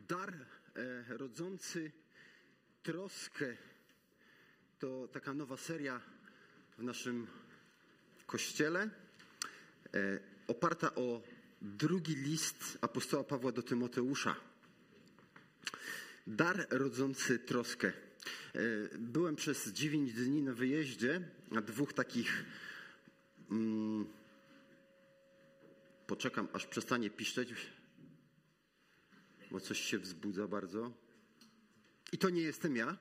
Dar rodzący troskę to taka nowa seria w naszym kościele, oparta o drugi list apostoła Pawła do Tymoteusza. Dar rodzący troskę. Byłem przez 9 dni na wyjeździe, na 2 takich... Poczekam, aż przestanie piszczeć, bo coś się wzbudza bardzo. I to nie jestem ja.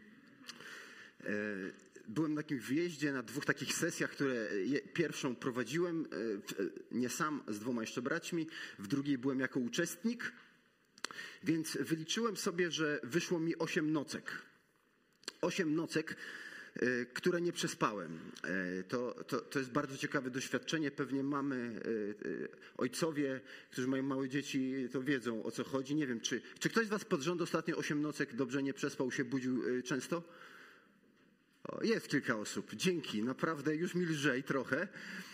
Byłem na takim wyjeździe, na 2 takich sesjach, które pierwszą prowadziłem, nie sam, z 2 jeszcze braćmi, w drugiej byłem jako uczestnik, więc wyliczyłem sobie, że wyszło mi 8 nocek. 8 nocek, które nie przespałem. To jest bardzo ciekawe doświadczenie. Pewnie mamy, ojcowie, którzy mają małe dzieci, to wiedzą, o co chodzi. Nie wiem, czy ktoś z was pod rząd ostatnio 8 nocek dobrze nie przespał, się budził często? O, jest kilka osób. Dzięki, naprawdę już mi lżej trochę.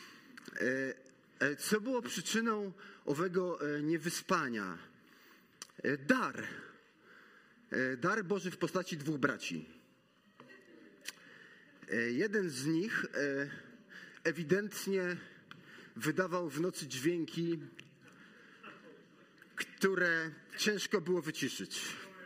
Co było przyczyną owego niewyspania? Dar Boży w postaci 2 braci. Jeden z nich ewidentnie wydawał w nocy dźwięki, które ciężko było wyciszyć.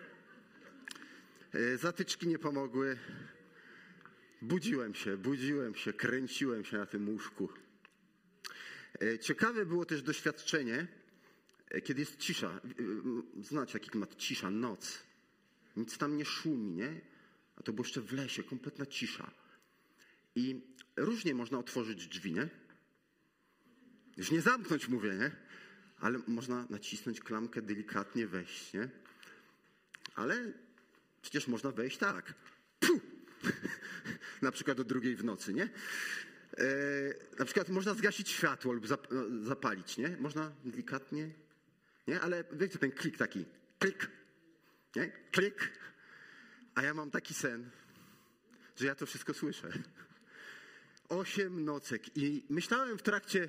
Zatyczki nie pomogły. Budziłem się, kręciłem się na tym łóżku. Ciekawe było też doświadczenie, kiedy jest cisza. Znacie, jak ma cisza, noc. Nic tam nie szumi, nie? A to było jeszcze w lesie, kompletna cisza. I różnie można otworzyć drzwi, nie? Już nie zamknąć, mówię, nie? Ale można nacisnąć klamkę, delikatnie wejść, nie? Ale przecież można wejść tak. Puh! Na przykład o 2 w nocy, nie? Na przykład można zgasić światło lub zapalić, nie? Można delikatnie, nie? Ale wiecie, ten klik taki, klik, nie? Klik. A ja mam taki sen, że ja to wszystko słyszę. 8 nocek i myślałem w trakcie,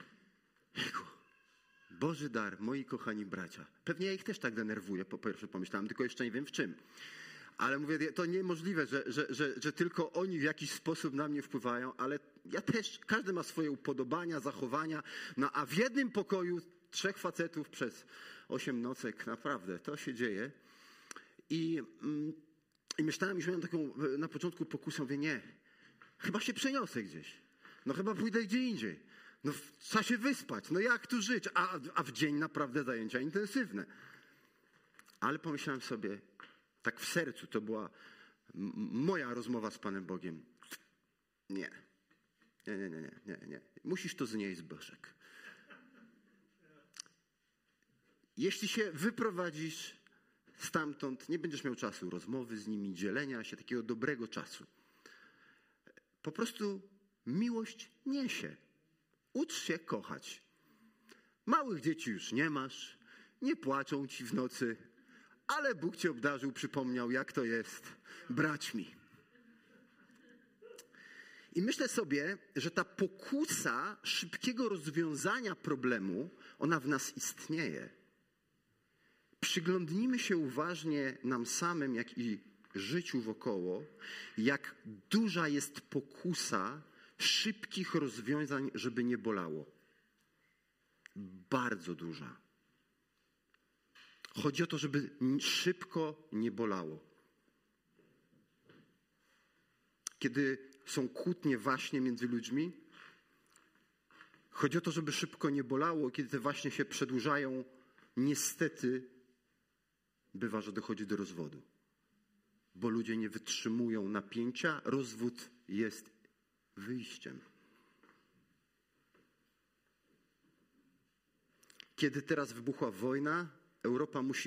Boży dar, moi kochani bracia. Pewnie ja ich też tak denerwuję, po pierwsze pomyślałem, tylko jeszcze nie wiem w czym. Ale mówię, to niemożliwe, że tylko oni w jakiś sposób na mnie wpływają, ale ja też, każdy ma swoje upodobania, zachowania, no a w jednym pokoju 3 facetów przez 8 nocek, naprawdę, to się dzieje. I myślałem, że miałem taką na początku pokusę, mówię, nie, chyba się przeniosę gdzieś, no chyba pójdę gdzie indziej, no trzeba się wyspać, no jak tu żyć, a w dzień naprawdę zajęcia intensywne. Ale pomyślałem sobie, tak w sercu, to była moja rozmowa z Panem Bogiem. Nie. Musisz to znieść, Zbyszek. Jeśli się wyprowadzisz stamtąd, nie będziesz miał czasu rozmowy z nimi, dzielenia się, takiego dobrego czasu. Po prostu miłość niesie. Ucz się kochać. Małych dzieci już nie masz, nie płaczą ci w nocy, ale Bóg cię obdarzył, przypomniał, jak to jest braćmi. I myślę sobie, że ta pokusa szybkiego rozwiązania problemu, ona w nas istnieje. Przyglądnijmy się uważnie nam samym, jak i życiu wokoło, jak duża jest pokusa szybkich rozwiązań, żeby nie bolało. Bardzo duża. Chodzi o to, żeby szybko nie bolało. Kiedy są kłótnie waśnie między ludźmi, chodzi o to, żeby szybko nie bolało. Kiedy te waśnie się przedłużają, niestety bywa, że dochodzi do rozwodu. Bo ludzie nie wytrzymują napięcia, rozwód jest wyjściem. Kiedy teraz wybuchła wojna, Europa musi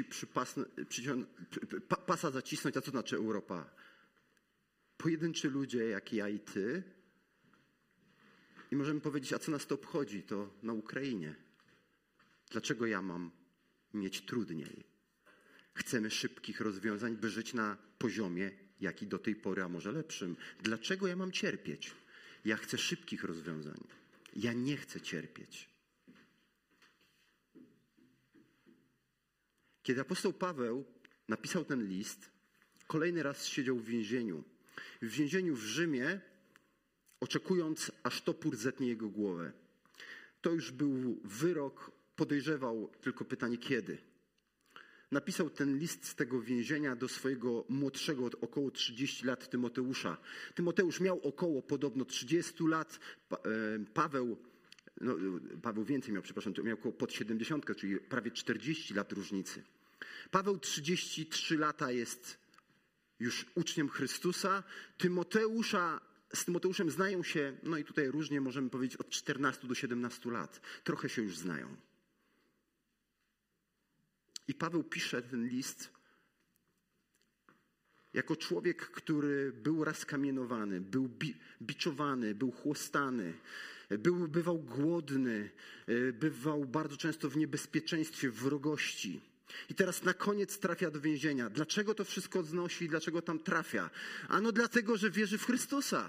pasa zacisnąć. A co znaczy Europa? Pojedynczy ludzie, jak ja i ty. I możemy powiedzieć, a co nas to obchodzi? To na Ukrainie. Dlaczego ja mam mieć trudniej? Chcemy szybkich rozwiązań, by żyć na poziomie, jaki do tej pory, a może lepszym. Dlaczego ja mam cierpieć? Ja chcę szybkich rozwiązań. Ja nie chcę cierpieć. Kiedy apostoł Paweł napisał ten list, kolejny raz siedział w więzieniu. W więzieniu w Rzymie, oczekując, aż topór zetnie jego głowę. To już był wyrok, podejrzewał tylko pytanie kiedy. Napisał ten list z tego więzienia do swojego młodszego, około 30 lat Tymoteusza. Tymoteusz miał około podobno 30 lat, Paweł więcej miał, przepraszam, to miał około pod 70, czyli prawie 40 lat różnicy. Paweł 33 lata jest już uczniem Chrystusa. Z Tymoteuszem znają się, no i tutaj różnie możemy powiedzieć, od 14 do 17 lat. Trochę się już znają. I Paweł pisze ten list jako człowiek, który był rozkamienowany, był biczowany, był chłostany, bywał głodny, bywał bardzo często w niebezpieczeństwie, w wrogości. I teraz na koniec trafia do więzienia. Dlaczego to wszystko znosi? Dlaczego tam trafia? Ano dlatego, że wierzy w Chrystusa.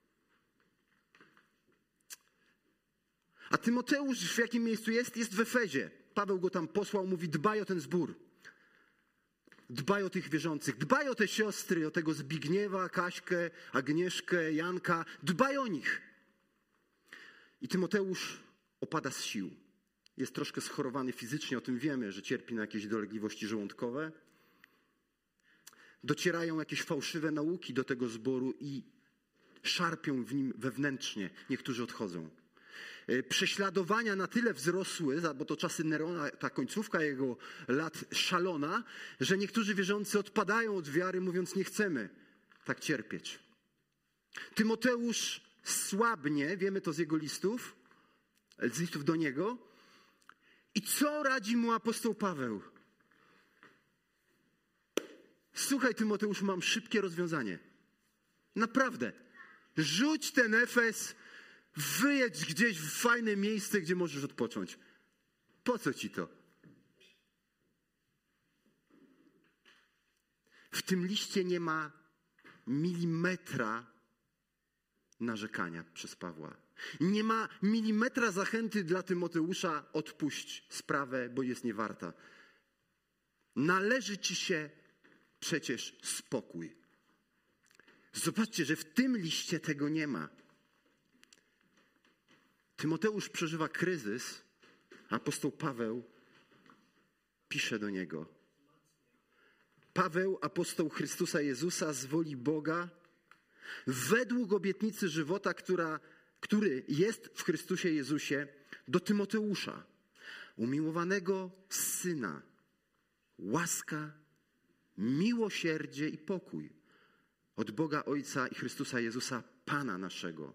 A Tymoteusz w jakim miejscu jest? Jest w Efezie. Paweł go tam posłał, mówi: dbaj o ten zbór. Dbaj o tych wierzących. Dbaj o te siostry, o tego Zbigniewa, Kaśkę, Agnieszkę, Janka. Dbaj o nich. I Tymoteusz opada z sił. Jest troszkę schorowany fizycznie, o tym wiemy, że cierpi na jakieś dolegliwości żołądkowe. Docierają jakieś fałszywe nauki do tego zboru i szarpią w nim wewnętrznie. Niektórzy odchodzą. Prześladowania na tyle wzrosły, bo to czasy Nerona, ta końcówka jego lat szalona, że niektórzy wierzący odpadają od wiary, mówiąc: nie chcemy tak cierpieć. Tymoteusz słabnie, wiemy to z jego listów do niego. I co radzi mu apostoł Paweł? Słuchaj, Tymoteusz, mam szybkie rozwiązanie. Naprawdę. Rzuć ten Efes, wyjedź gdzieś w fajne miejsce, gdzie możesz odpocząć. Po co ci to? W tym liście nie ma milimetra narzekania przez Pawła. Nie ma milimetra zachęty dla Tymoteusza: odpuść sprawę, bo jest niewarta. Należy ci się przecież spokój. Zobaczcie, że w tym liście tego nie ma. Tymoteusz przeżywa kryzys, a apostoł Paweł pisze do niego. Paweł, apostoł Chrystusa Jezusa z woli Boga, według obietnicy żywota, który jest w Chrystusie Jezusie, do Tymoteusza, umiłowanego Syna, łaska, miłosierdzie i pokój od Boga Ojca i Chrystusa Jezusa, Pana naszego.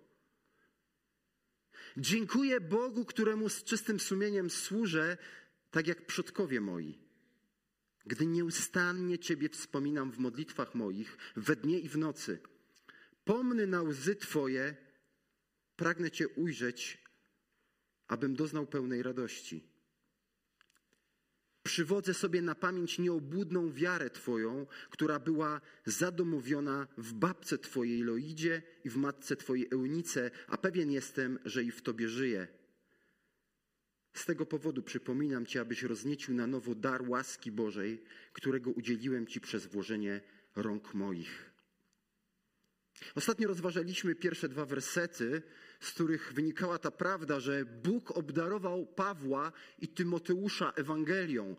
Dziękuję Bogu, któremu z czystym sumieniem służę, tak jak przodkowie moi. Gdy nieustannie Ciebie wspominam w modlitwach moich, we dnie i w nocy, pomny na łzy Twoje, pragnę Cię ujrzeć, abym doznał pełnej radości. Przywodzę sobie na pamięć nieobłudną wiarę Twoją, która była zadomowiona w babce Twojej Loidzie i w matce Twojej Eunice, a pewien jestem, że i w Tobie żyje. Z tego powodu przypominam Ci, abyś rozniecił na nowo dar łaski Bożej, którego udzieliłem Ci przez włożenie rąk moich. Ostatnio rozważaliśmy pierwsze 2 wersety, z których wynikała ta prawda, że Bóg obdarował Pawła i Tymoteusza Ewangelią,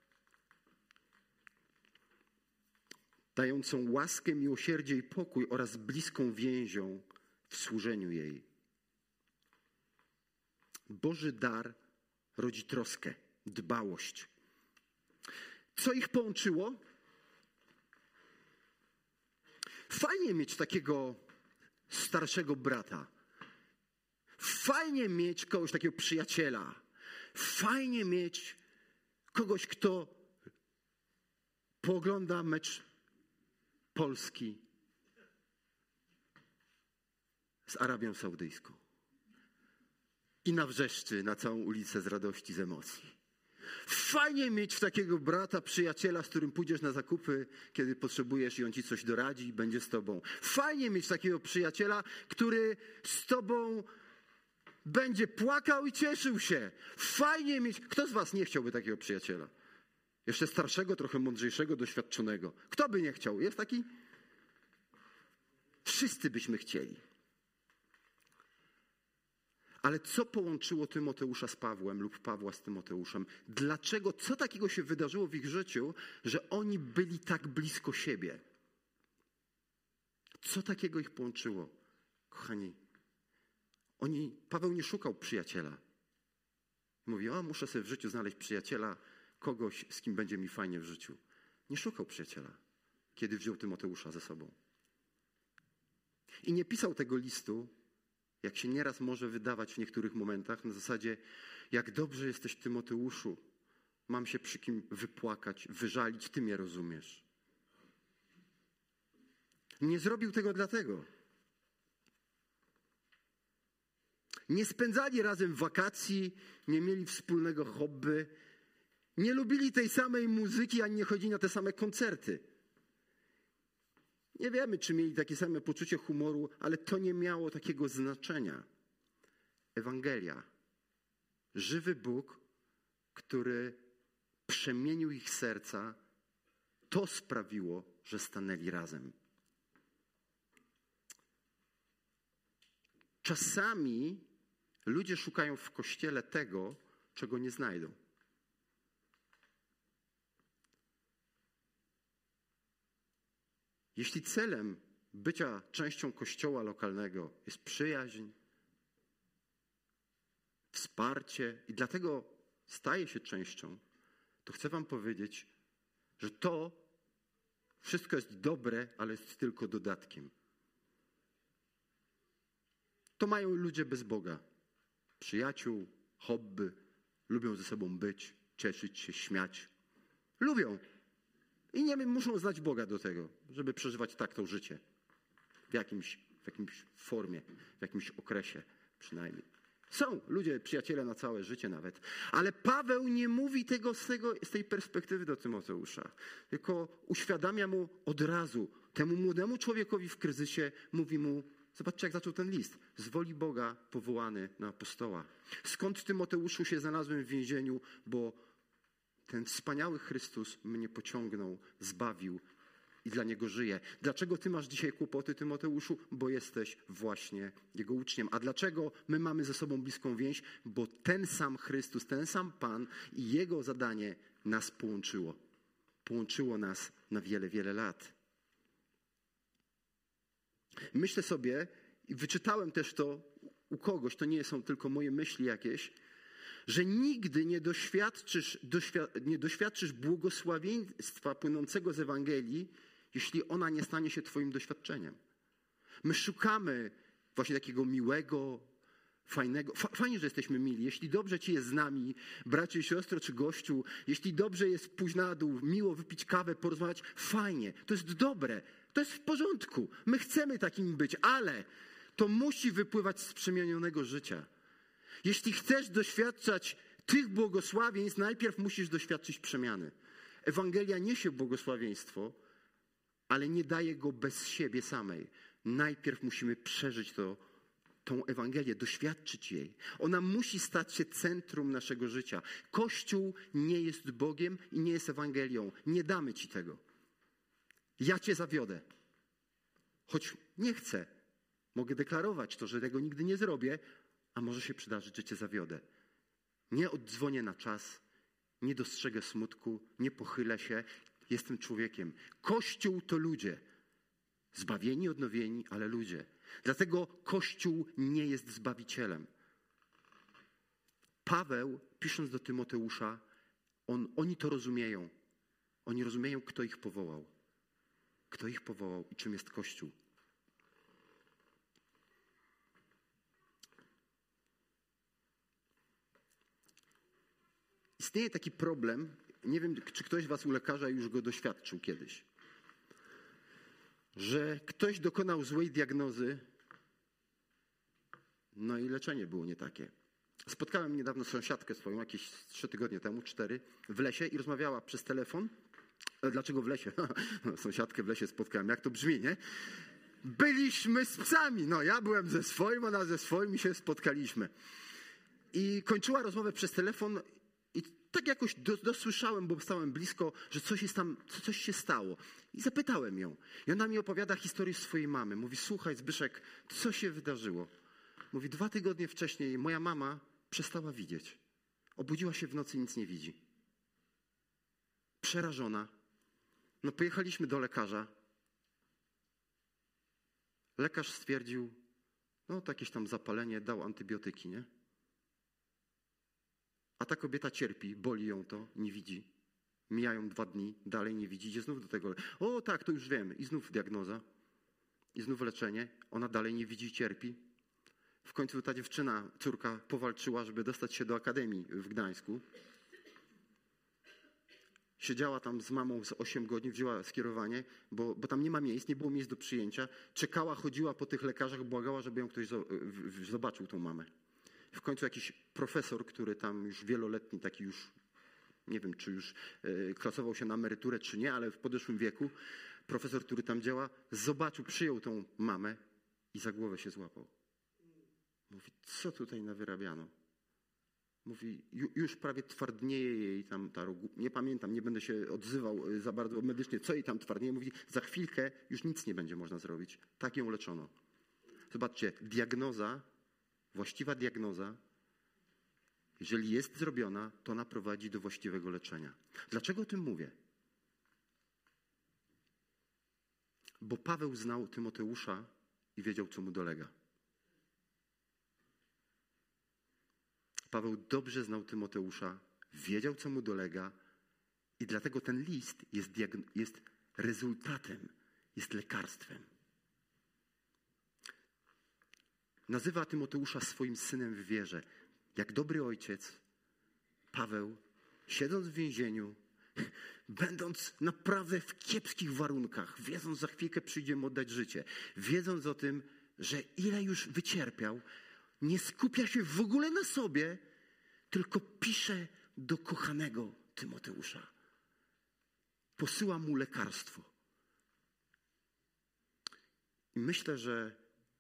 dającą łaskę, miłosierdzie i pokój oraz bliską więzią w służeniu jej. Boży dar rodzi troskę, dbałość. Co ich połączyło? Fajnie mieć takiego starszego brata. Fajnie mieć kogoś takiego przyjaciela. Fajnie mieć kogoś, kto poogląda mecz Polski z Arabią Saudyjską i nawrzeszczy na całą ulicę z radości, z emocji. Fajnie mieć takiego brata, przyjaciela, z którym pójdziesz na zakupy, kiedy potrzebujesz i on ci coś doradzi i będzie z tobą. Fajnie mieć takiego przyjaciela, który z tobą będzie płakał i cieszył się. Fajnie mieć... Kto z was nie chciałby takiego przyjaciela? Jeszcze starszego, trochę mądrzejszego, doświadczonego. Kto by nie chciał? Jest taki? Wszyscy byśmy chcieli. Ale co połączyło Tymoteusza z Pawłem lub Pawła z Tymoteuszem? Dlaczego? Co takiego się wydarzyło w ich życiu, że oni byli tak blisko siebie? Co takiego ich połączyło? Kochani, Paweł nie szukał przyjaciela. Mówi, muszę sobie w życiu znaleźć przyjaciela, kogoś, z kim będzie mi fajnie w życiu. Nie szukał przyjaciela, kiedy wziął Tymoteusza ze sobą. I nie pisał tego listu, jak się nieraz może wydawać w niektórych momentach, na zasadzie, jak dobrze jesteś, Tymoteuszu, mam się przy kim wypłakać, wyżalić, ty mnie rozumiesz. Nie zrobił tego dlatego. Nie spędzali razem wakacji, nie mieli wspólnego hobby, nie lubili tej samej muzyki, ani nie chodzili na te same koncerty. Nie wiemy, czy mieli takie same poczucie humoru, ale to nie miało takiego znaczenia. Ewangelia. Żywy Bóg, który przemienił ich serca, to sprawiło, że stanęli razem. Czasami ludzie szukają w Kościele tego, czego nie znajdą. Jeśli celem bycia częścią Kościoła lokalnego jest przyjaźń, wsparcie i dlatego staje się częścią, to chcę wam powiedzieć, że to wszystko jest dobre, ale jest tylko dodatkiem. To mają ludzie bez Boga. Przyjaciół, hobby, lubią ze sobą być, cieszyć się, śmiać. Lubią. I nie muszą znać Boga do tego, żeby przeżywać tak to życie. W jakimś formie, w jakimś okresie przynajmniej. Są ludzie, przyjaciele na całe życie nawet. Ale Paweł nie mówi tego z tej perspektywy do Tymoteusza. Tylko uświadamia mu od razu, temu młodemu człowiekowi w kryzysie, mówi mu, zobaczcie jak zaczął ten list. Z woli Boga powołany na apostoła. Skąd, Tymoteuszu, się znalazłem w więzieniu, bo ten wspaniały Chrystus mnie pociągnął, zbawił i dla Niego żyję. Dlaczego ty masz dzisiaj kłopoty, Tymoteuszu? Bo jesteś właśnie Jego uczniem. A dlaczego my mamy ze sobą bliską więź? Bo ten sam Chrystus, ten sam Pan i Jego zadanie nas połączyło. Połączyło nas na wiele, wiele lat. Myślę sobie, i wyczytałem też to u kogoś, to nie są tylko moje myśli jakieś, że nigdy nie doświadczysz błogosławieństwa płynącego z Ewangelii, jeśli ona nie stanie się twoim doświadczeniem. My szukamy właśnie takiego miłego, fajnego. Fajnie, że jesteśmy mili. Jeśli dobrze ci jest z nami, bracie, siostro czy gościu, jeśli dobrze jest pójść na dół, miło wypić kawę, porozmawiać, fajnie. To jest dobre. To jest w porządku. My chcemy takim być, ale to musi wypływać z przemienionego życia. Jeśli chcesz doświadczać tych błogosławieństw, najpierw musisz doświadczyć przemiany. Ewangelia niesie błogosławieństwo, ale nie daje go bez siebie samej. Najpierw musimy przeżyć tą Ewangelię, doświadczyć jej. Ona musi stać się centrum naszego życia. Kościół nie jest Bogiem i nie jest Ewangelią. Nie damy ci tego. Ja cię zawiodę. Choć nie chcę. Mogę deklarować to, że tego nigdy nie zrobię, a może się przydarzyć, że cię zawiodę. Nie oddzwonię na czas, nie dostrzegę smutku, nie pochylę się. Jestem człowiekiem. Kościół to ludzie. Zbawieni, odnowieni, ale ludzie. Dlatego Kościół nie jest Zbawicielem. Paweł, pisząc do Tymoteusza, oni to rozumieją. Oni rozumieją, kto ich powołał. Kto ich powołał i czym jest Kościół. Istnieje taki problem, nie wiem, czy ktoś z was u lekarza już go doświadczył kiedyś, że ktoś dokonał złej diagnozy, no i leczenie było nie takie. Spotkałem niedawno sąsiadkę swoją, jakieś 3 tygodnie temu, 4, w lesie i rozmawiała przez telefon. Dlaczego w lesie? Sąsiadkę w lesie spotkałem. Jak to brzmi, nie? Byliśmy z psami. No, ja byłem ze swoim, ona ze swoim i się spotkaliśmy. I kończyła rozmowę przez telefon i tak jakoś dosłyszałem, bo stałem blisko, że coś się stało. I zapytałem ją. I ona mi opowiada historię swojej mamy. Mówi, słuchaj Zbyszek, co się wydarzyło? Mówi, 2 tygodnie wcześniej moja mama przestała widzieć. Obudziła się w nocy i nic nie widzi. Przerażona. No pojechaliśmy do lekarza. Lekarz stwierdził, no to jakieś tam zapalenie, dał antybiotyki, nie? A ta kobieta cierpi, boli ją to, nie widzi. Mijają 2 dni, dalej nie widzi, idzie znów do tego. O tak, to już wiem. I znów diagnoza. I znów leczenie. Ona dalej nie widzi, cierpi. W końcu ta dziewczyna, córka, powalczyła, żeby dostać się do akademii w Gdańsku. Siedziała tam z mamą z 8 godzin, wzięła skierowanie, bo tam nie ma miejsc, nie było miejsc do przyjęcia. Czekała, chodziła po tych lekarzach, błagała, żeby ją ktoś zobaczył, tą mamę. W końcu jakiś profesor, który tam już wieloletni, taki już, nie wiem, czy już klasował się na emeryturę, czy nie, ale w podeszłym wieku, profesor, który tam działa, zobaczył, przyjął tą mamę i za głowę się złapał. Mówi, co tutaj nawyrabiano? Mówi, już prawie twardnieje jej tam ta rogu. Nie pamiętam, nie będę się odzywał za bardzo medycznie, co jej tam twardnieje. Mówi, za chwilkę już nic nie będzie można zrobić. Tak ją leczono. Zobaczcie, diagnoza, właściwa diagnoza, jeżeli jest zrobiona, to ona prowadzi do właściwego leczenia. Dlaczego o tym mówię? Bo Paweł znał Tymoteusza i wiedział, co mu dolega. Paweł dobrze znał Tymoteusza, wiedział, co mu dolega i dlatego ten list jest rezultatem, jest lekarstwem. Nazywa Tymoteusza swoim synem w wierze. Jak dobry ojciec, Paweł, siedząc w więzieniu, będąc naprawdę w kiepskich warunkach, wiedząc, za chwilkę przyjdzie mu oddać życie, wiedząc o tym, że ile już wycierpiał, nie skupia się w ogóle na sobie, tylko pisze do kochanego Tymoteusza. Posyła mu lekarstwo. I myślę, że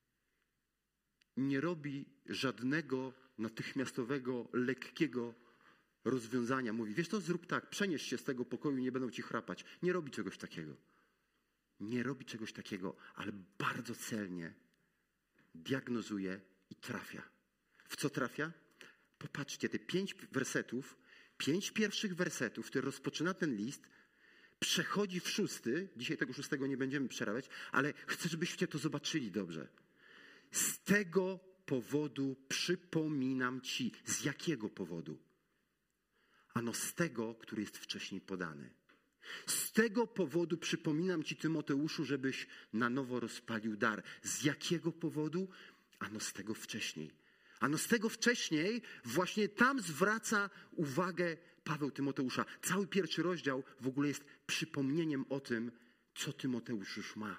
nie robi żadnego natychmiastowego, lekkiego rozwiązania. Mówi, wiesz co, zrób tak, przenieś się z tego pokoju, nie będą ci chrapać. Nie robi czegoś takiego. Nie robi czegoś takiego, ale bardzo celnie diagnozuje i trafia. W co trafia? Popatrzcie, te 5 wersetów, 5 pierwszych wersetów, które rozpoczyna ten list, przechodzi w 6. Dzisiaj tego 6 nie będziemy przerabiać, ale chcę, żebyście to zobaczyli dobrze. Z tego powodu przypominam ci. Z jakiego powodu? Ano z tego, który jest wcześniej podany. Z tego powodu przypominam ci, Tymoteuszu, żebyś na nowo rozpalił dar. Z jakiego powodu? Ano z tego wcześniej. Ano z tego wcześniej właśnie tam zwraca uwagę Paweł Tymoteusza. Cały 1 rozdział w ogóle jest przypomnieniem o tym, co Tymoteusz już ma.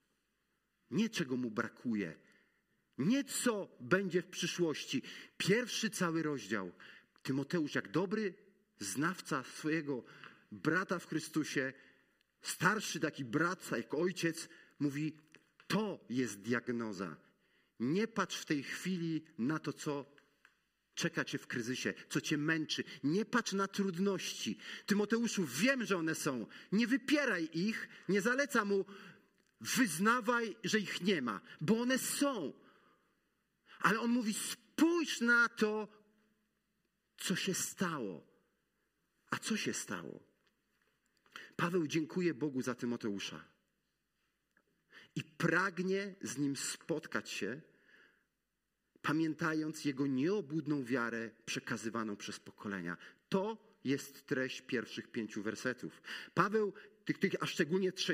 Nie czego mu brakuje. Nie co będzie w przyszłości. 1 cały rozdział. Tymoteusz jak dobry znawca swojego brata w Chrystusie, starszy taki brat, jak ojciec, mówi, to jest diagnoza. Nie patrz w tej chwili na to, co czeka cię w kryzysie, co cię męczy. Nie patrz na trudności. Tymoteuszu, wiem, że one są. Nie wypieraj ich, nie zaleca mu, wyznawaj, że ich nie ma, bo one są. Ale on mówi, spójrz na to, co się stało. A co się stało? Paweł dziękuje Bogu za Tymoteusza i pragnie z nim spotkać się, pamiętając jego nieobłudną wiarę przekazywaną przez pokolenia. To jest treść pierwszych 5 wersetów. Paweł, a szczególnie 3,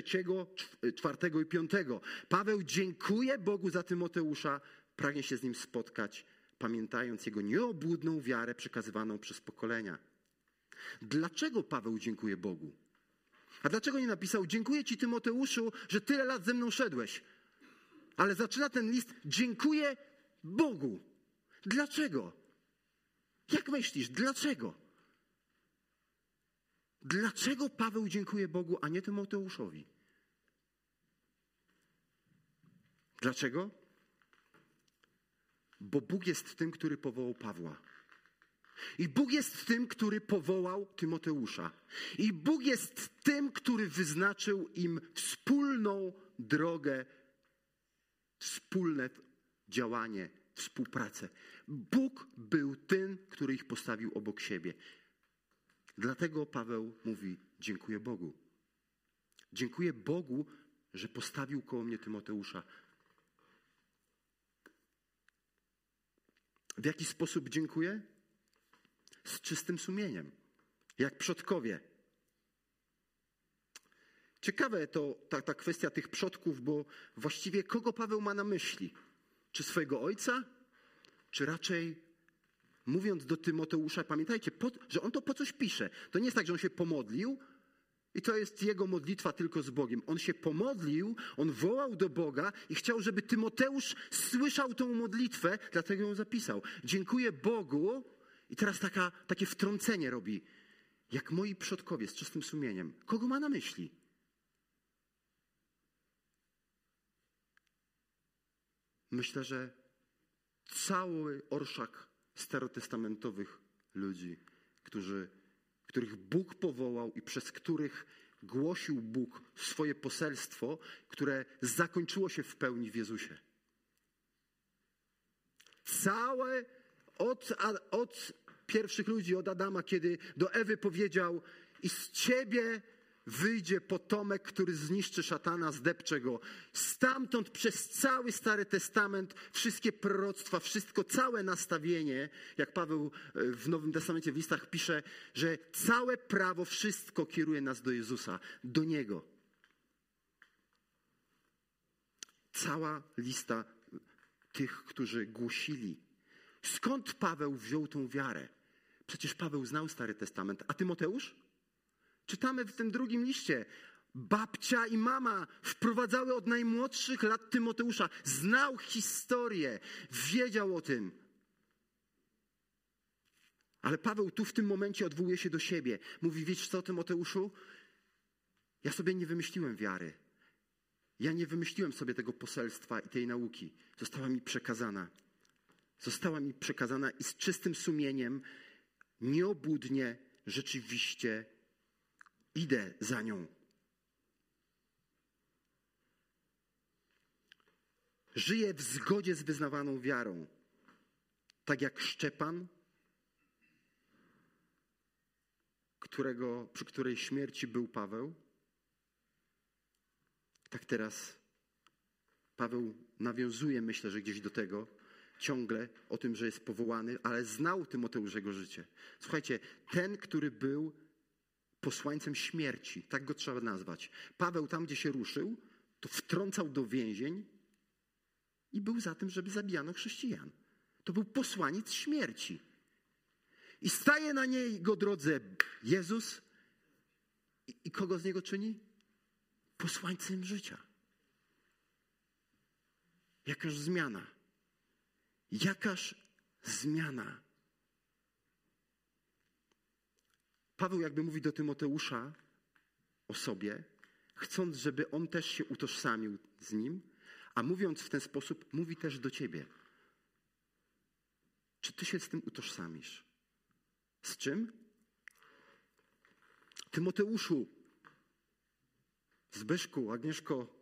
4 i 5. Paweł dziękuje Bogu za Tymoteusza, pragnie się z nim spotkać, pamiętając jego nieobłudną wiarę przekazywaną przez pokolenia. Dlaczego Paweł dziękuje Bogu? A dlaczego nie napisał, dziękuję ci, Tymoteuszu, że tyle lat ze mną szedłeś? Ale zaczyna ten list, dziękuję Bogu. Dlaczego? Jak myślisz, dlaczego? Dlaczego Paweł dziękuje Bogu, a nie Tymoteuszowi? Dlaczego? Bo Bóg jest tym, który powołał Pawła. I Bóg jest tym, który powołał Tymoteusza. I Bóg jest tym, który wyznaczył im wspólną drogę, wspólne działanie, współpracę. Bóg był tym, który ich postawił obok siebie. Dlatego Paweł mówi: dziękuję Bogu. Dziękuję Bogu, że postawił koło mnie Tymoteusza. W jaki sposób dziękuję? Z czystym sumieniem. Jak przodkowie. Ciekawe to ta kwestia tych przodków, bo właściwie kogo Paweł ma na myśli? Czy swojego ojca? Czy raczej, mówiąc do Tymoteusza, pamiętajcie, że on to po coś pisze. To nie jest tak, że on się pomodlił i to jest jego modlitwa tylko z Bogiem. On się pomodlił, on wołał do Boga i chciał, żeby Tymoteusz słyszał tą modlitwę, dlatego ją zapisał. Dziękuję Bogu i teraz takie wtrącenie robi. Jak moi przodkowie z czystym sumieniem. Kogo ma na myśli? Myślę, że cały orszak starotestamentowych ludzi, których Bóg powołał i przez których głosił Bóg swoje poselstwo, które zakończyło się w pełni w Jezusie. Całe od pierwszych ludzi, od Adama, kiedy do Ewy powiedział: i z ciebie wyjdzie potomek, który zniszczy szatana, zdepcze go. Stamtąd przez cały Stary Testament, wszystkie proroctwa, wszystko, całe nastawienie, jak Paweł w Nowym Testamencie w listach pisze, że całe prawo, wszystko kieruje nas do Jezusa, do Niego. Cała lista tych, którzy głosili. Skąd Paweł wziął tą wiarę? Przecież Paweł znał Stary Testament, a Tymoteusz? Czytamy w tym drugim liście. Babcia i mama wprowadzały od najmłodszych lat Tymoteusza. Znał historię, wiedział o tym. Ale Paweł tu w tym momencie odwołuje się do siebie. Mówi: wiesz co, Tymoteuszu? Ja sobie nie wymyśliłem wiary. Ja nie wymyśliłem sobie tego poselstwa i tej nauki. Została mi przekazana. Została mi przekazana i z czystym sumieniem, nieobłudnie, rzeczywiście idę za nią. Żyję w zgodzie z wyznawaną wiarą. Tak jak Szczepan, przy której śmierci był Paweł, tak teraz Paweł nawiązuje, myślę, że gdzieś do tego, ciągle o tym, że jest powołany, ale znał Tymoteusz jego życie. Słuchajcie, ten, który był posłańcem śmierci, tak go trzeba nazwać. Paweł tam, gdzie się ruszył, to wtrącał do więzień i był za tym, żeby zabijano chrześcijan. To był posłaniec śmierci. I staje na jego drodze Jezus i kogo z niego czyni? Posłańcem życia. Jakaż zmiana. Jakaż zmiana. Paweł jakby mówi do Tymoteusza o sobie, chcąc, żeby on też się utożsamił z nim, a mówiąc w ten sposób, mówi też do ciebie. Czy ty się z tym utożsamisz? Z czym? Tymoteuszu, Zbyszku, Agnieszko,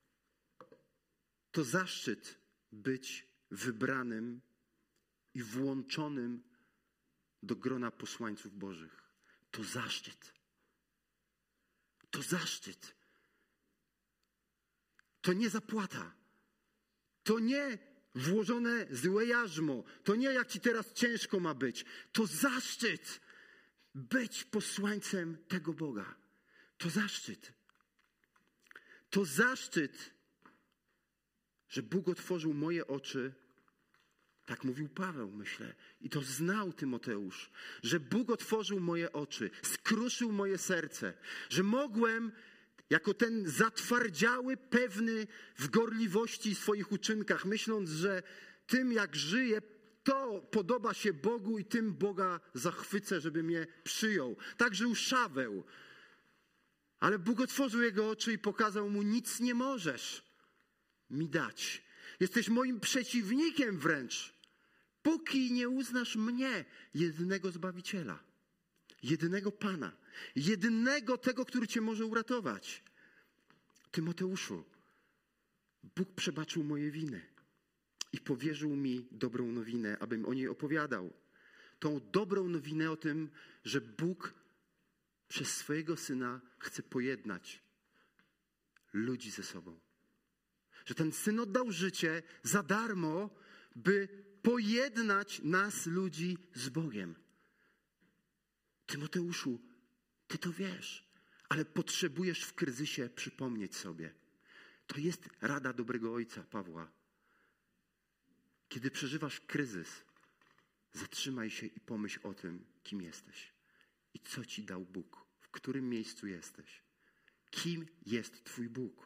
to zaszczyt być wybranym i włączonym do grona posłańców Bożych. To zaszczyt. To zaszczyt. To nie zapłata. To nie włożone złe jarzmo. To nie jak ci teraz ciężko ma być. To zaszczyt być posłańcem tego Boga. To zaszczyt. To zaszczyt, że Bóg otworzył moje oczy. Tak mówił Paweł, myślę. I to znał Tymoteusz. Że Bóg otworzył moje oczy, skruszył moje serce. Że mogłem, jako ten zatwardziały, pewny w gorliwości swoich uczynkach, myśląc, że tym jak żyję, to podoba się Bogu i tym Boga zachwycę, żeby mnie przyjął. Tak żył Szaweł. Ale Bóg otworzył jego oczy i pokazał mu: nic nie możesz mi dać. Jesteś moim przeciwnikiem wręcz. Póki nie uznasz mnie, jedynego Zbawiciela, jedynego Pana, jedynego tego, który cię może uratować. Tymoteuszu, Bóg przebaczył moje winy i powierzył mi dobrą nowinę, abym o niej opowiadał. Tą dobrą nowinę o tym, że Bóg przez swojego Syna chce pojednać ludzi ze sobą. Że ten Syn oddał życie za darmo, by pojednać nas, ludzi, z Bogiem. Tymoteuszu, ty to wiesz, ale potrzebujesz w kryzysie przypomnieć sobie. To jest rada dobrego ojca Pawła. Kiedy przeżywasz kryzys, zatrzymaj się i pomyśl o tym, kim jesteś i co ci dał Bóg, w którym miejscu jesteś. Kim jest twój Bóg?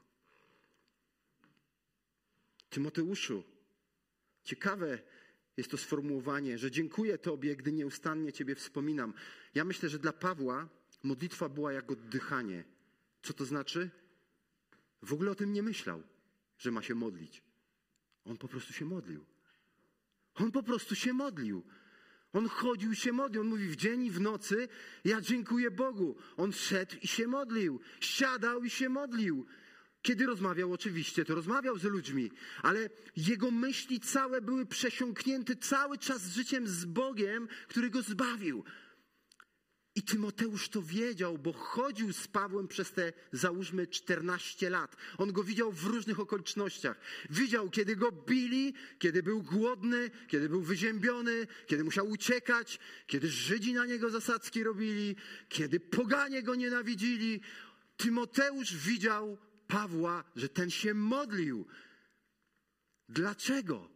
Tymoteuszu, ciekawe jest to sformułowanie, że dziękuję Tobie, gdy nieustannie Ciebie wspominam. Ja myślę, że dla Pawła modlitwa była jak oddychanie. Co to znaczy? W ogóle o tym nie myślał, że ma się modlić. On po prostu się modlił. On po prostu się modlił. On chodził i się modlił. On mówi w dzień i w nocy, ja dziękuję Bogu. On szedł i się modlił. Siadał i się modlił. Kiedy rozmawiał, oczywiście, to rozmawiał z ludźmi, ale jego myśli całe były przesiąknięte cały czas życiem z Bogiem, który go zbawił. I Tymoteusz to wiedział, bo chodził z Pawłem przez te, załóżmy, 14 lat. On go widział w różnych okolicznościach. Widział, kiedy go bili, kiedy był głodny, kiedy był wyziębiony, kiedy musiał uciekać, kiedy Żydzi na niego zasadzki robili, kiedy poganie go nienawidzili. Tymoteusz widział Pawła, że ten się modlił. Dlaczego?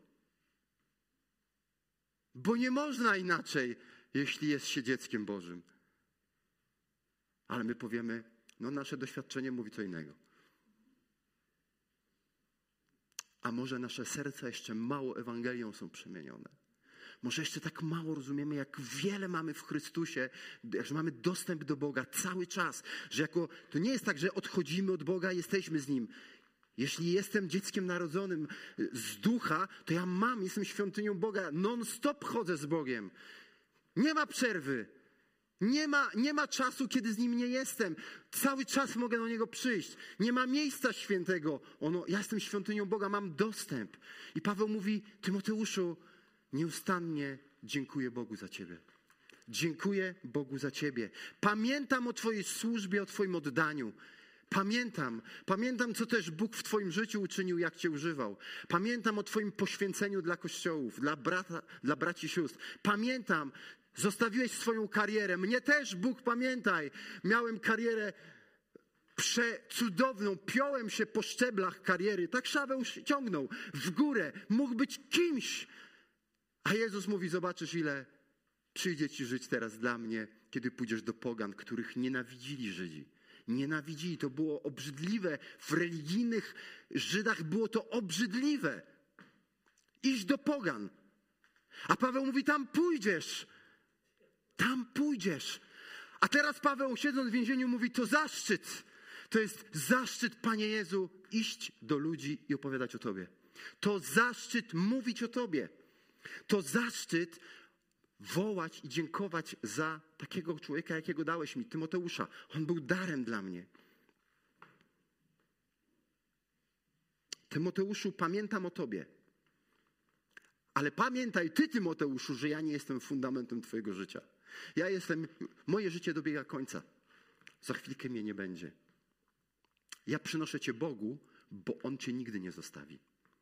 Bo nie można inaczej, jeśli jest się dzieckiem Bożym. Ale my powiemy, no nasze doświadczenie mówi co innego. A może nasze serca jeszcze mało Ewangelią są przemienione. Może jeszcze tak mało rozumiemy, jak wiele mamy w Chrystusie, że mamy dostęp do Boga cały czas. Że to nie jest tak, że odchodzimy od Boga, jesteśmy z Nim. Jeśli jestem dzieckiem narodzonym z ducha, to ja jestem świątynią Boga. Non-stop chodzę z Bogiem. Nie ma przerwy. Nie ma czasu, kiedy z Nim nie jestem. Cały czas mogę do Niego przyjść. Nie ma miejsca świętego. Ja jestem świątynią Boga, mam dostęp. I Paweł mówi, Tymoteuszu, nieustannie dziękuję Bogu za Ciebie. Dziękuję Bogu za Ciebie. Pamiętam o Twojej służbie, o Twoim oddaniu. Pamiętam, co też Bóg w Twoim życiu uczynił, jak Cię używał. Pamiętam o Twoim poświęceniu dla kościołów, dla braci i sióstr. Pamiętam, zostawiłeś swoją karierę. Mnie też, Bóg, pamiętaj. Miałem karierę przecudowną. Piąłem się po szczeblach kariery. Tak Szaweł ciągnął w górę. Mógł być kimś. A Jezus mówi, zobaczysz, ile przyjdzie ci żyć teraz dla mnie, kiedy pójdziesz do pogan, których nienawidzili Żydzi. Nienawidzili. To było obrzydliwe. W religijnych Żydach było to obrzydliwe. Iść do pogan. A Paweł mówi, tam pójdziesz. Tam pójdziesz. A teraz Paweł, siedząc w więzieniu, mówi, to zaszczyt. To jest zaszczyt, Panie Jezu, iść do ludzi i opowiadać o Tobie. To zaszczyt mówić o Tobie. To zaszczyt wołać i dziękować za takiego człowieka, jakiego dałeś mi, Tymoteusza. On był darem dla mnie. Tymoteuszu, pamiętam o Tobie. Ale pamiętaj Ty, Tymoteuszu, że ja nie jestem fundamentem Twojego życia. Moje życie dobiega końca. Za chwilkę mnie nie będzie. Ja przynoszę Cię Bogu, bo On Cię nigdy nie zostawi.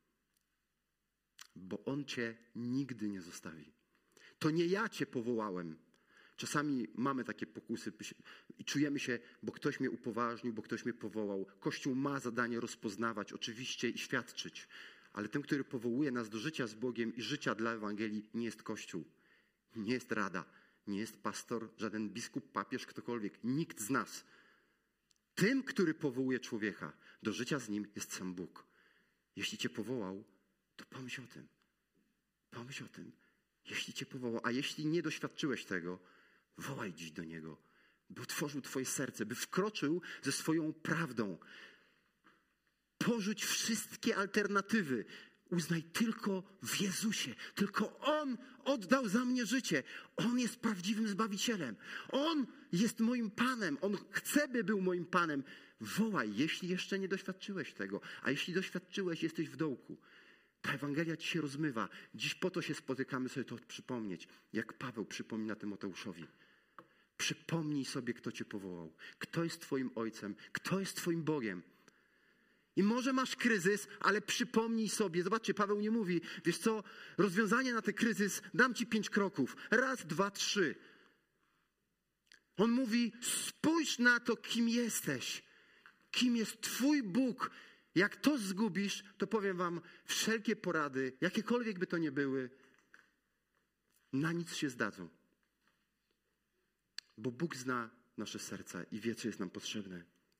Bo On Cię nigdy nie zostawi. To nie ja Cię powołałem. Czasami mamy takie pokusy i czujemy się, bo ktoś mnie upoważnił, bo ktoś mnie powołał. Kościół ma zadanie rozpoznawać oczywiście i świadczyć. Ale tym, który powołuje nas do życia z Bogiem i życia dla Ewangelii, nie jest Kościół. Nie jest rada. Nie jest pastor, żaden biskup, papież, ktokolwiek. Nikt z nas. Tym, który powołuje człowieka do życia z Nim, jest sam Bóg. Jeśli Cię powołał, to pomyśl o tym. Pomyśl o tym. Jeśli Cię powołał, a jeśli nie doświadczyłeś tego, wołaj dziś do Niego, by otworzył Twoje serce, by wkroczył ze swoją prawdą. Porzuć wszystkie alternatywy. uznaj tylko w Jezusie. Tylko On oddał za mnie życie. On jest prawdziwym Zbawicielem. On jest moim Panem. On chce, by był moim Panem. Wołaj, jeśli jeszcze nie doświadczyłeś tego. A jeśli doświadczyłeś, jesteś w dołku. Ta Ewangelia ci się rozmywa. Dziś po to się spotykamy, sobie to przypomnieć. Jak Paweł przypomina Tymoteuszowi. Przypomnij sobie, kto cię powołał. Kto jest twoim Ojcem. Kto jest twoim Bogiem. I może masz kryzys, ale przypomnij sobie. Zobaczcie, Paweł nie mówi, wiesz co, rozwiązanie na ten kryzys, dam ci 5 kroków. 1, 2, 3. On mówi, spójrz na to, kim jesteś. Kim jest twój Bóg. Jak to zgubisz, to powiem wam, wszelkie porady, jakiekolwiek by to nie były, na nic się zdadzą. Bo Bóg zna nasze serca i wie, co jest nam potrzebne.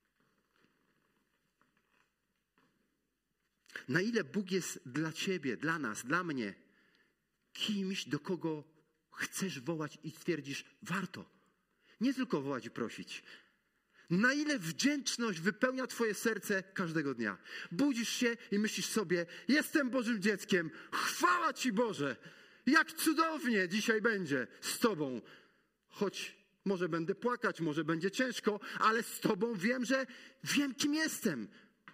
Na ile Bóg jest dla ciebie, dla nas, dla mnie kimś, do kogo chcesz wołać i stwierdzisz, warto. Nie tylko wołać i prosić. Na ile wdzięczność wypełnia twoje serce każdego dnia. Budzisz się i myślisz sobie, jestem Bożym dzieckiem, chwała Ci Boże. Jak cudownie dzisiaj będzie z Tobą. Choć może będę płakać, może będzie ciężko, ale z Tobą wiem, kim jestem.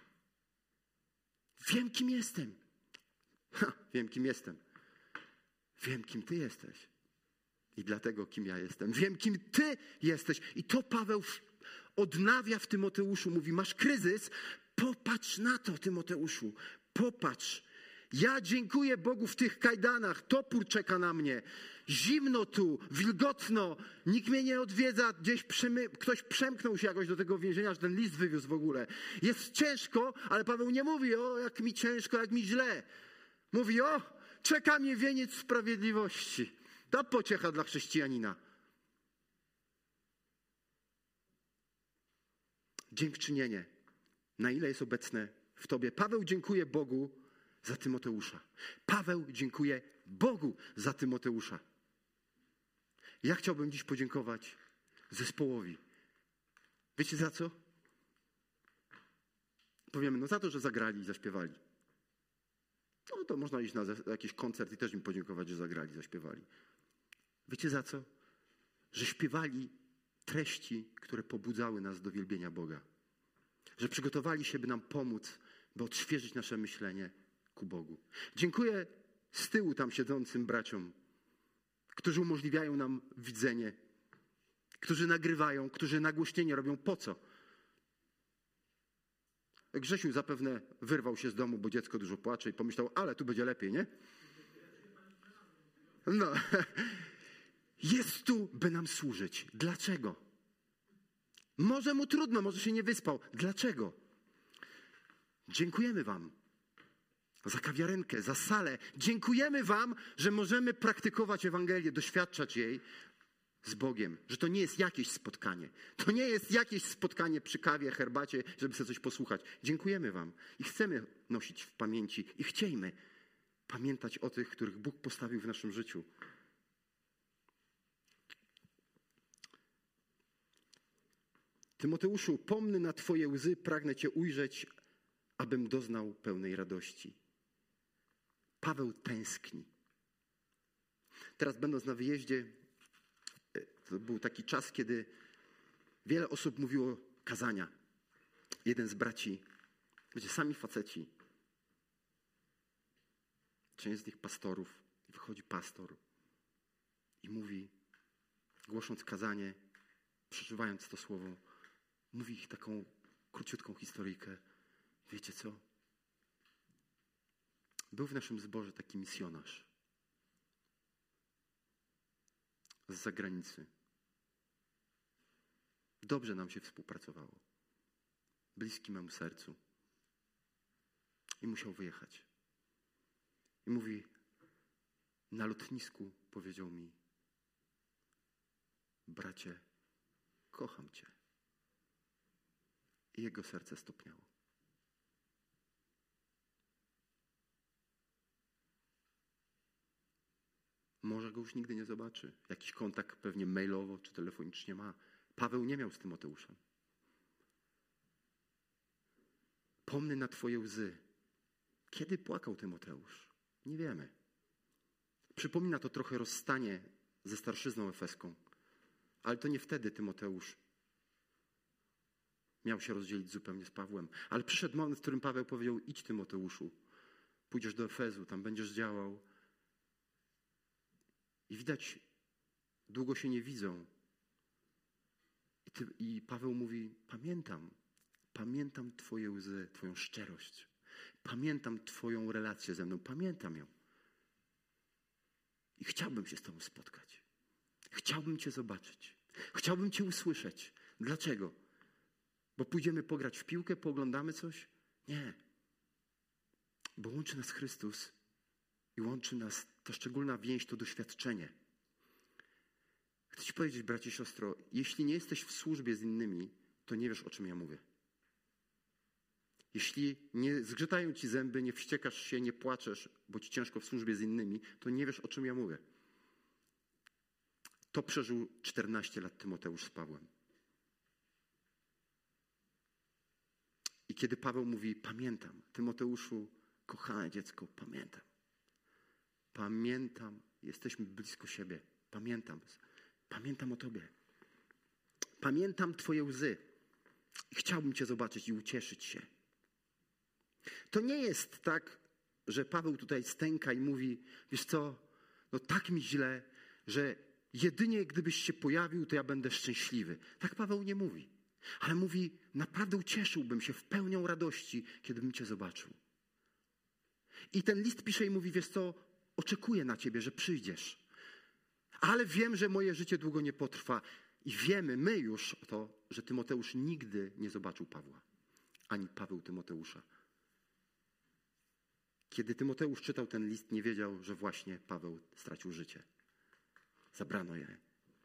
Wiem, kim jestem. Wiem, kim jestem. Wiem, kim Ty jesteś. I dlatego, kim ja jestem. Wiem, kim Ty jesteś. I to Paweł odnawia w Tymoteuszu. Mówi, masz kryzys? Popatrz na to, Tymoteuszu. Popatrz. Ja dziękuję Bogu w tych kajdanach. Topór czeka na mnie. Zimno tu, wilgotno. Nikt mnie nie odwiedza. Gdzieś ktoś przemknął się jakoś do tego więzienia, że ten list wywiózł w ogóle. Jest ciężko, ale Paweł nie mówi, o jak mi ciężko, jak mi źle. Mówi, o czeka mnie wieniec sprawiedliwości. To pociecha dla chrześcijanina. Dziękczynienie. Na ile jest obecne w tobie. Paweł dziękuję Bogu za Tymoteusza. Paweł dziękuję Bogu za Tymoteusza. Ja chciałbym dziś podziękować zespołowi. Wiecie za co? Powiemy, no za to, że zagrali i zaśpiewali. No to można iść na jakiś koncert i też im podziękować, że zagrali, zaśpiewali. Wiecie za co? Że śpiewali treści, które pobudzały nas do wielbienia Boga. Że przygotowali się, by nam pomóc, by odświeżyć nasze myślenie ku Bogu. Dziękuję z tyłu tam siedzącym braciom, którzy umożliwiają nam widzenie, którzy nagrywają, którzy nagłośnienie robią. Po co? Grzesiu zapewne wyrwał się z domu, bo dziecko dużo płacze i pomyślał, ale tu będzie lepiej, nie? No, jest tu, by nam służyć. Dlaczego? Może mu trudno, może się nie wyspał. Dlaczego? Dziękujemy wam za kawiarenkę, za salę. Dziękujemy wam, że możemy praktykować Ewangelię, doświadczać jej z Bogiem. Że to nie jest jakieś spotkanie. To nie jest jakieś spotkanie przy kawie, herbacie, żeby sobie coś posłuchać. Dziękujemy wam i chcemy nosić w pamięci i chciejmy pamiętać o tych, których Bóg postawił w naszym życiu. Tymoteuszu, pomny na Twoje łzy, pragnę Cię ujrzeć, abym doznał pełnej radości. Paweł tęskni. Teraz będąc na wyjeździe, to był taki czas, kiedy wiele osób mówiło kazania. Jeden z braci, wiecie, sami faceci, część z nich pastorów, wychodzi pastor i mówi, głosząc kazanie, przeżywając to słowo, mówi ich taką króciutką historyjkę. Wiecie co? Był w naszym zborze taki misjonarz z zagranicy. Dobrze nam się współpracowało. Bliski memu sercu. I musiał wyjechać. I mówi, na lotnisku powiedział mi, bracie, kocham Cię. I jego serce stopniało. Może go już nigdy nie zobaczy. Jakiś kontakt pewnie mailowo czy telefonicznie ma. Paweł nie miał z Tymoteuszem. Pomny na Twoje łzy. Kiedy płakał Tymoteusz? Nie wiemy. Przypomina to trochę rozstanie ze starszyzną efeską. Ale to nie wtedy Tymoteusz miał się rozdzielić zupełnie z Pawłem. Ale przyszedł moment, w którym Paweł powiedział: idź, Tymoteuszu, pójdziesz do Efezu, tam będziesz działał. I widać, długo się nie widzą. I Paweł mówi: pamiętam Twoje łzy, Twoją szczerość. Pamiętam Twoją relację ze mną, pamiętam ją. I chciałbym się z Tobą spotkać. Chciałbym Cię zobaczyć. Chciałbym Cię usłyszeć. Dlaczego? Bo pójdziemy pograć w piłkę, pooglądamy coś? Nie. Bo łączy nas Chrystus i łączy nas ta szczególna więź, to doświadczenie. Chcę Ci powiedzieć, bracie i siostro, jeśli nie jesteś w służbie z innymi, to nie wiesz, o czym ja mówię. Jeśli nie zgrzytają Ci zęby, nie wściekasz się, nie płaczesz, bo Ci ciężko w służbie z innymi, to nie wiesz, o czym ja mówię. To przeżył 14 lat Tymoteusz z Pawłem. I kiedy Paweł mówi: pamiętam, Tymoteuszu, kochane dziecko, pamiętam, jesteśmy blisko siebie, pamiętam o Tobie. Pamiętam Twoje łzy. Chciałbym Cię zobaczyć i ucieszyć się. To nie jest tak, że Paweł tutaj stęka i mówi: wiesz co, no tak mi źle, że jedynie gdybyś się pojawił, to ja będę szczęśliwy. Tak Paweł nie mówi. Ale mówi: naprawdę ucieszyłbym się w pełnią radości, kiedybym Cię zobaczył. I ten list pisze i mówi: wiesz co, oczekuję na Ciebie, że przyjdziesz. Ale wiem, że moje życie długo nie potrwa. I wiemy my już to, że Tymoteusz nigdy nie zobaczył Pawła. Ani Paweł Tymoteusza. Kiedy Tymoteusz czytał ten list, nie wiedział, że właśnie Paweł stracił życie. Zabrano je.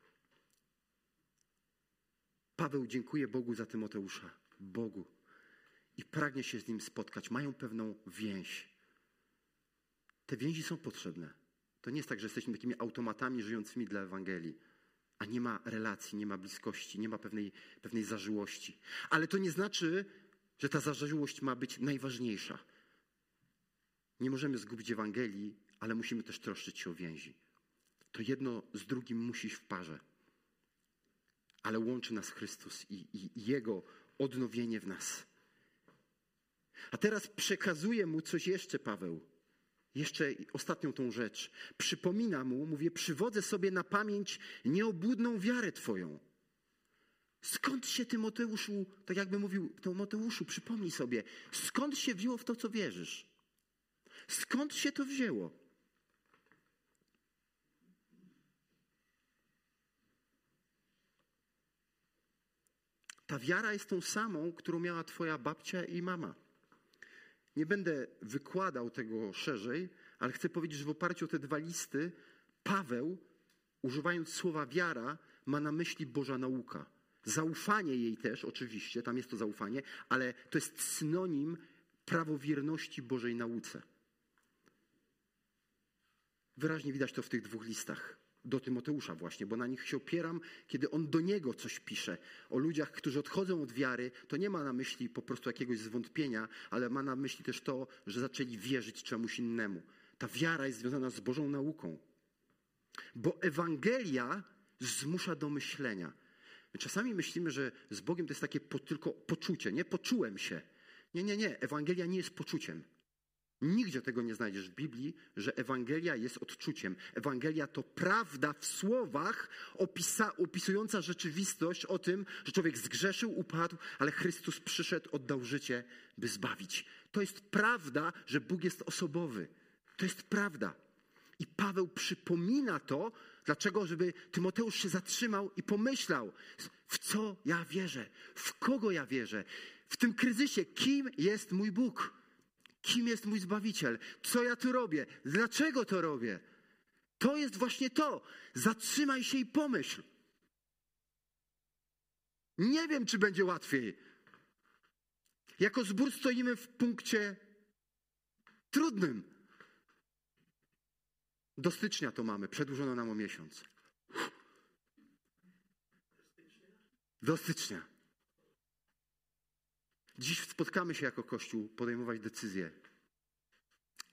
Paweł dziękuje Bogu za Tymoteusza. Bogu. I pragnie się z nim spotkać. Mają pewną więź. Te więzi są potrzebne. To nie jest tak, że jesteśmy takimi automatami żyjącymi dla Ewangelii. A nie ma relacji, nie ma bliskości, nie ma pewnej zażyłości. Ale to nie znaczy, że ta zażyłość ma być najważniejsza. Nie możemy zgubić Ewangelii, ale musimy też troszczyć się o więzi. To jedno z drugim musi iść w parze. Ale łączy nas Chrystus i Jego odnowienie w nas. A teraz przekazuje mu coś jeszcze Paweł. Jeszcze ostatnią tą rzecz. Przypomina mu, mówię: przywodzę sobie na pamięć nieobłudną wiarę Twoją. Skąd się Tymoteuszu, tak jakby mówił Tymoteuszu, przypomnij sobie, skąd się wzięło w to, co wierzysz? Skąd się to wzięło? Ta wiara jest tą samą, którą miała Twoja babcia i mama. Nie będę wykładał tego szerzej, ale chcę powiedzieć, że w oparciu o te dwa listy Paweł, używając słowa wiara, ma na myśli Boża nauka. Zaufanie jej też, oczywiście, tam jest to zaufanie, ale to jest synonim prawowierności Bożej nauce. Wyraźnie widać to w tych dwóch listach. Do Tymoteusza właśnie, bo na nich się opieram, kiedy on do niego coś pisze. O ludziach, którzy odchodzą od wiary, to nie ma na myśli po prostu jakiegoś zwątpienia, ale ma na myśli też to, że zaczęli wierzyć czemuś innemu. Ta wiara jest związana z Bożą nauką. Bo Ewangelia zmusza do myślenia. My czasami myślimy, że z Bogiem to jest takie tylko poczucie, nie? Poczułem się. Nie. Ewangelia nie jest poczuciem. Nigdzie tego nie znajdziesz w Biblii, że Ewangelia jest odczuciem. Ewangelia to prawda w słowach opisująca rzeczywistość o tym, że człowiek zgrzeszył, upadł, ale Chrystus przyszedł, oddał życie, by zbawić. To jest prawda, że Bóg jest osobowy. To jest prawda. I Paweł przypomina to, dlaczego? Żeby Tymoteusz się zatrzymał i pomyślał, w co ja wierzę, w kogo ja wierzę. W tym kryzysie, kim jest mój Bóg? Kim jest mój Zbawiciel? Co ja tu robię? Dlaczego to robię? To jest właśnie to. Zatrzymaj się i pomyśl. Nie wiem, czy będzie łatwiej. Jako zbór stoimy w punkcie trudnym. Do stycznia to mamy. Przedłużono nam o miesiąc. Do stycznia. Dziś spotkamy się jako Kościół podejmować decyzje.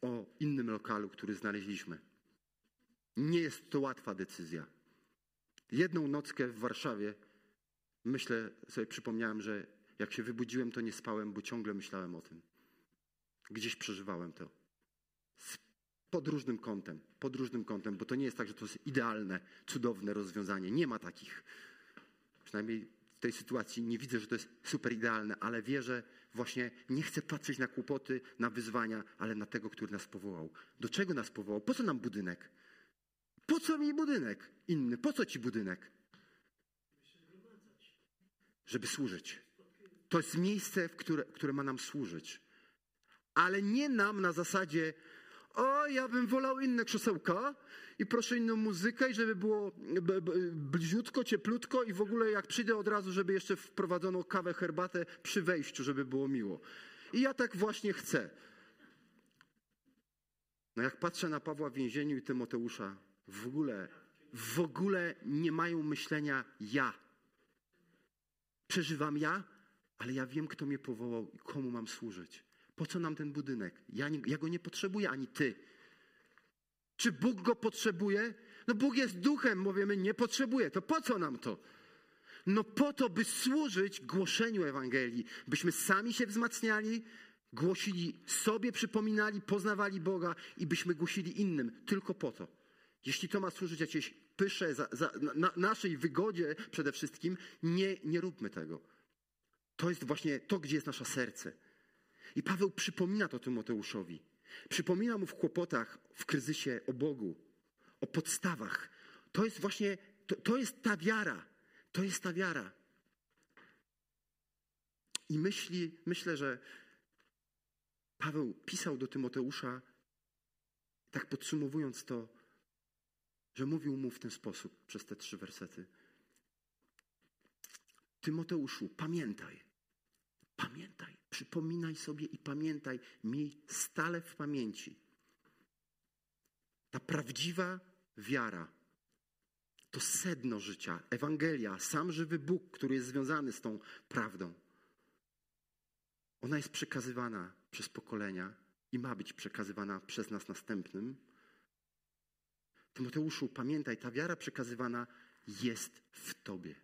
o innym lokalu, który znaleźliśmy. Nie jest to łatwa decyzja. Jedną nockę w Warszawie, myślę, sobie przypomniałem, że jak się wybudziłem, to nie spałem, bo ciągle myślałem o tym. Gdzieś przeżywałem to. Pod różnym kątem, bo to nie jest tak, że to jest idealne, cudowne rozwiązanie. Nie ma takich. Przynajmniej w tej sytuacji nie widzę, że to jest super idealne, ale wierzę właśnie, nie chcę patrzeć na kłopoty, na wyzwania, ale na tego, który nas powołał. Do czego nas powołał? Po co nam budynek? Po co mi budynek inny? Po co ci budynek? Żeby służyć. To jest miejsce, które ma nam służyć. Ale nie nam na zasadzie, ja bym wolał inne krzesełka i proszę inną muzykę i żeby było bliziutko, cieplutko i w ogóle jak przyjdę od razu, żeby jeszcze wprowadzono kawę, herbatę przy wejściu, żeby było miło. I ja tak właśnie chcę. No jak patrzę na Pawła w więzieniu i Tymoteusza, w ogóle nie mają myślenia ja. Przeżywam ja, ale ja wiem, kto mnie powołał i komu mam służyć. Po co nam ten budynek? Ja go nie potrzebuję, ani ty. Czy Bóg go potrzebuje? No Bóg jest duchem, mówimy, nie potrzebuje. To po co nam to? No po to, by służyć głoszeniu Ewangelii. Byśmy sami się wzmacniali, głosili sobie, przypominali, poznawali Boga i byśmy głosili innym. Tylko po to. Jeśli to ma służyć jakiejś pysze, naszej wygodzie przede wszystkim, nie róbmy tego. To jest właśnie to, gdzie jest nasze serce. I Paweł przypomina to Tymoteuszowi. Przypomina mu w kłopotach, w kryzysie o Bogu, o podstawach. To jest właśnie, to jest ta wiara. To jest ta wiara. I myślę, że Paweł pisał do Tymoteusza, tak podsumowując to, że mówił mu w ten sposób przez te 3 wersety. Tymoteuszu, pamiętaj, przypominaj sobie i pamiętaj, miej stale w pamięci. Ta prawdziwa wiara, to sedno życia, Ewangelia, sam żywy Bóg, który jest związany z tą prawdą. Ona jest przekazywana przez pokolenia i ma być przekazywana przez nas następnym. Tymoteuszu, pamiętaj, ta wiara przekazywana jest w tobie.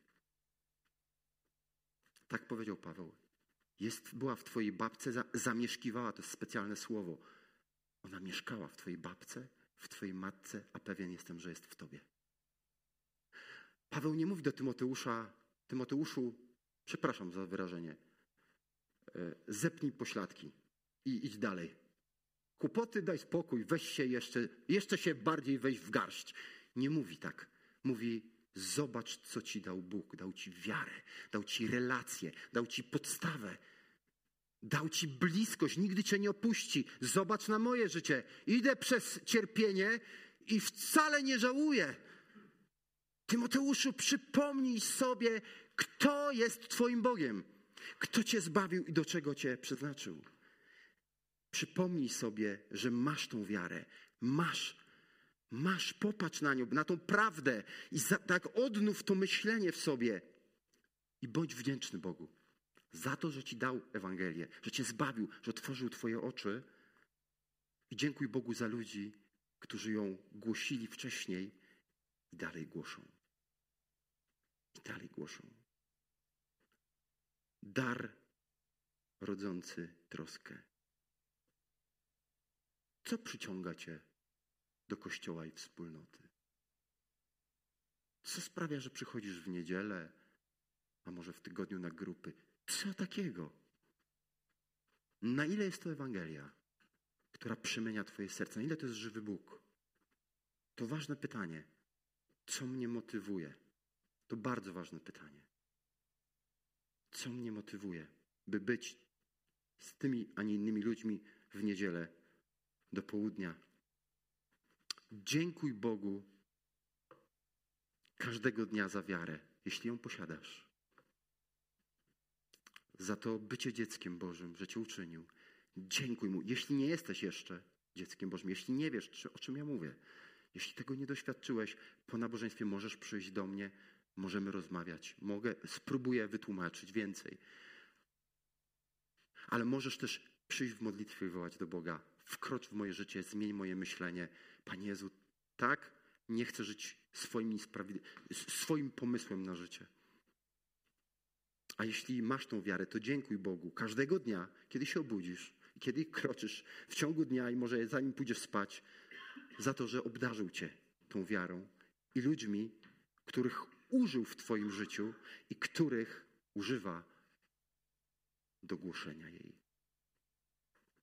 Tak powiedział Paweł. Była w twojej babce, zamieszkiwała, to jest specjalne słowo. Ona mieszkała w twojej babce, w twojej matce, a pewien jestem, że jest w tobie. Paweł nie mówi do Tymoteuszu, przepraszam za wyrażenie, zepnij pośladki i idź dalej. Kłopoty daj spokój, weź się jeszcze się bardziej weź w garść. Nie mówi tak. Mówi, zobacz, co ci dał Bóg. Dał ci wiarę, dał ci relacje, dał ci podstawę. Dał ci bliskość, nigdy cię nie opuści. Zobacz na moje życie. Idę przez cierpienie i wcale nie żałuję. Tymoteuszu, przypomnij sobie, kto jest twoim Bogiem. Kto cię zbawił i do czego cię przeznaczył. Przypomnij sobie, że masz tą wiarę. Masz, popatrz na nią, na tą prawdę i tak odnów to myślenie w sobie. I bądź wdzięczny Bogu za to, że ci dał Ewangelię, że cię zbawił, że otworzył twoje oczy. I dziękuj Bogu za ludzi, którzy ją głosili wcześniej i dalej głoszą. Dar rodzący troskę. Co przyciąga cię do kościoła i wspólnoty? Co sprawia, że przychodzisz w niedzielę, a może w tygodniu na grupy? Co takiego? Na ile jest to Ewangelia, która przemienia twoje serce? Na ile to jest żywy Bóg? To ważne pytanie. Co mnie motywuje? To bardzo ważne pytanie. Co mnie motywuje, by być z tymi, a nie innymi ludźmi w niedzielę do południa? Dziękuj Bogu każdego dnia za wiarę, jeśli ją posiadasz. Za to bycie dzieckiem Bożym, że cię uczynił. Dziękuj Mu. Jeśli nie jesteś jeszcze dzieckiem Bożym, jeśli nie wiesz, o czym ja mówię, jeśli tego nie doświadczyłeś, po nabożeństwie możesz przyjść do mnie, możemy rozmawiać. Spróbuję wytłumaczyć więcej. Ale możesz też Przyjść w modlitwie i wołać do Boga. Wkrocz w moje życie, zmień moje myślenie. Panie Jezu, tak, nie chcę żyć swoim pomysłem na życie. A jeśli masz tą wiarę, to dziękuj Bogu każdego dnia, kiedy się obudzisz, kiedy kroczysz w ciągu dnia i może zanim pójdziesz spać, za to, że obdarzył cię tą wiarą i ludźmi, których użył w twoim życiu i których używa do głoszenia jej.